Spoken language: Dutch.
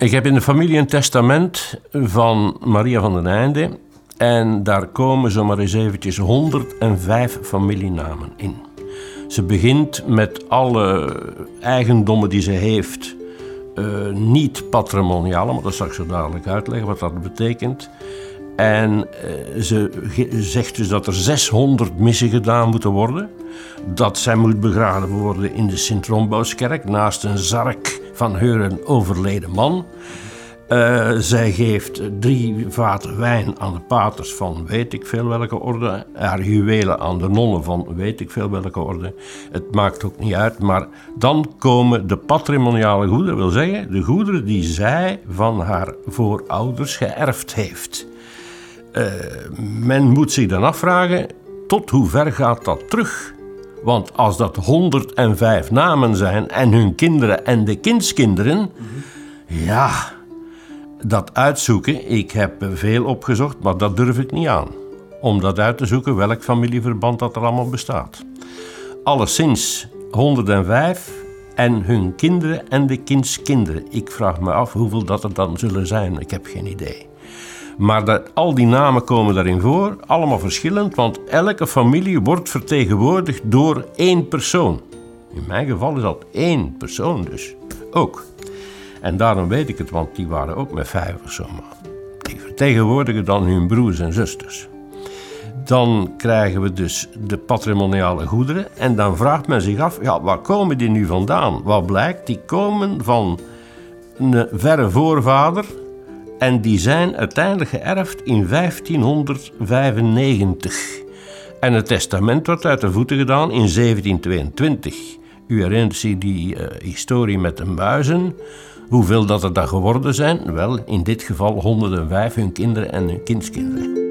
Ik heb in de familie een testament van Maria van den Einde. En daar komen zomaar eens eventjes 105 familienamen in. Ze begint met alle eigendommen die ze heeft. Niet patrimoniale, maar dat zal ik zo dadelijk uitleggen wat dat betekent. En ze zegt dus dat er 600 missen gedaan moeten worden. Dat zij moet begraven worden in de Sint-Rombouskerk naast een zark van haar overleden man. Zij geeft 3 vaten wijn aan de paters van weet ik veel welke orde. Haar juwelen aan de nonnen van weet ik veel welke orde. Het maakt ook niet uit, maar dan komen de patrimoniale goederen. Dat wil zeggen, de goederen die zij van haar voorouders geërfd heeft. Men moet zich dan afvragen, tot hoe ver gaat dat terug? Want als dat 105 namen zijn en hun kinderen en de kindskinderen, ja, dat uitzoeken, ik heb veel opgezocht, maar dat durf ik niet aan. Om dat uit te zoeken, welk familieverband dat er allemaal bestaat. Alleszins 105 en hun kinderen en de kindskinderen. Ik vraag me af hoeveel dat er dan zullen zijn, ik heb geen idee. Maar al die namen komen daarin voor, allemaal verschillend, want elke familie wordt vertegenwoordigd door 1 persoon. In mijn geval is dat 1 persoon dus, ook. En daarom weet ik het, want die waren ook met 5 of zo. Die vertegenwoordigen dan hun broers en zusters. Dan krijgen we dus de patrimoniale goederen. En dan vraagt men zich af, ja, waar komen die nu vandaan? Wat blijkt, die komen van een verre voorvader. En die zijn uiteindelijk geërfd in 1595. En het testament wordt uit de voeten gedaan in 1722. U herinnert zich die historie met de muizen. Hoeveel dat er dan geworden zijn? Wel, in dit geval 105 hun kinderen en hun kindskinderen.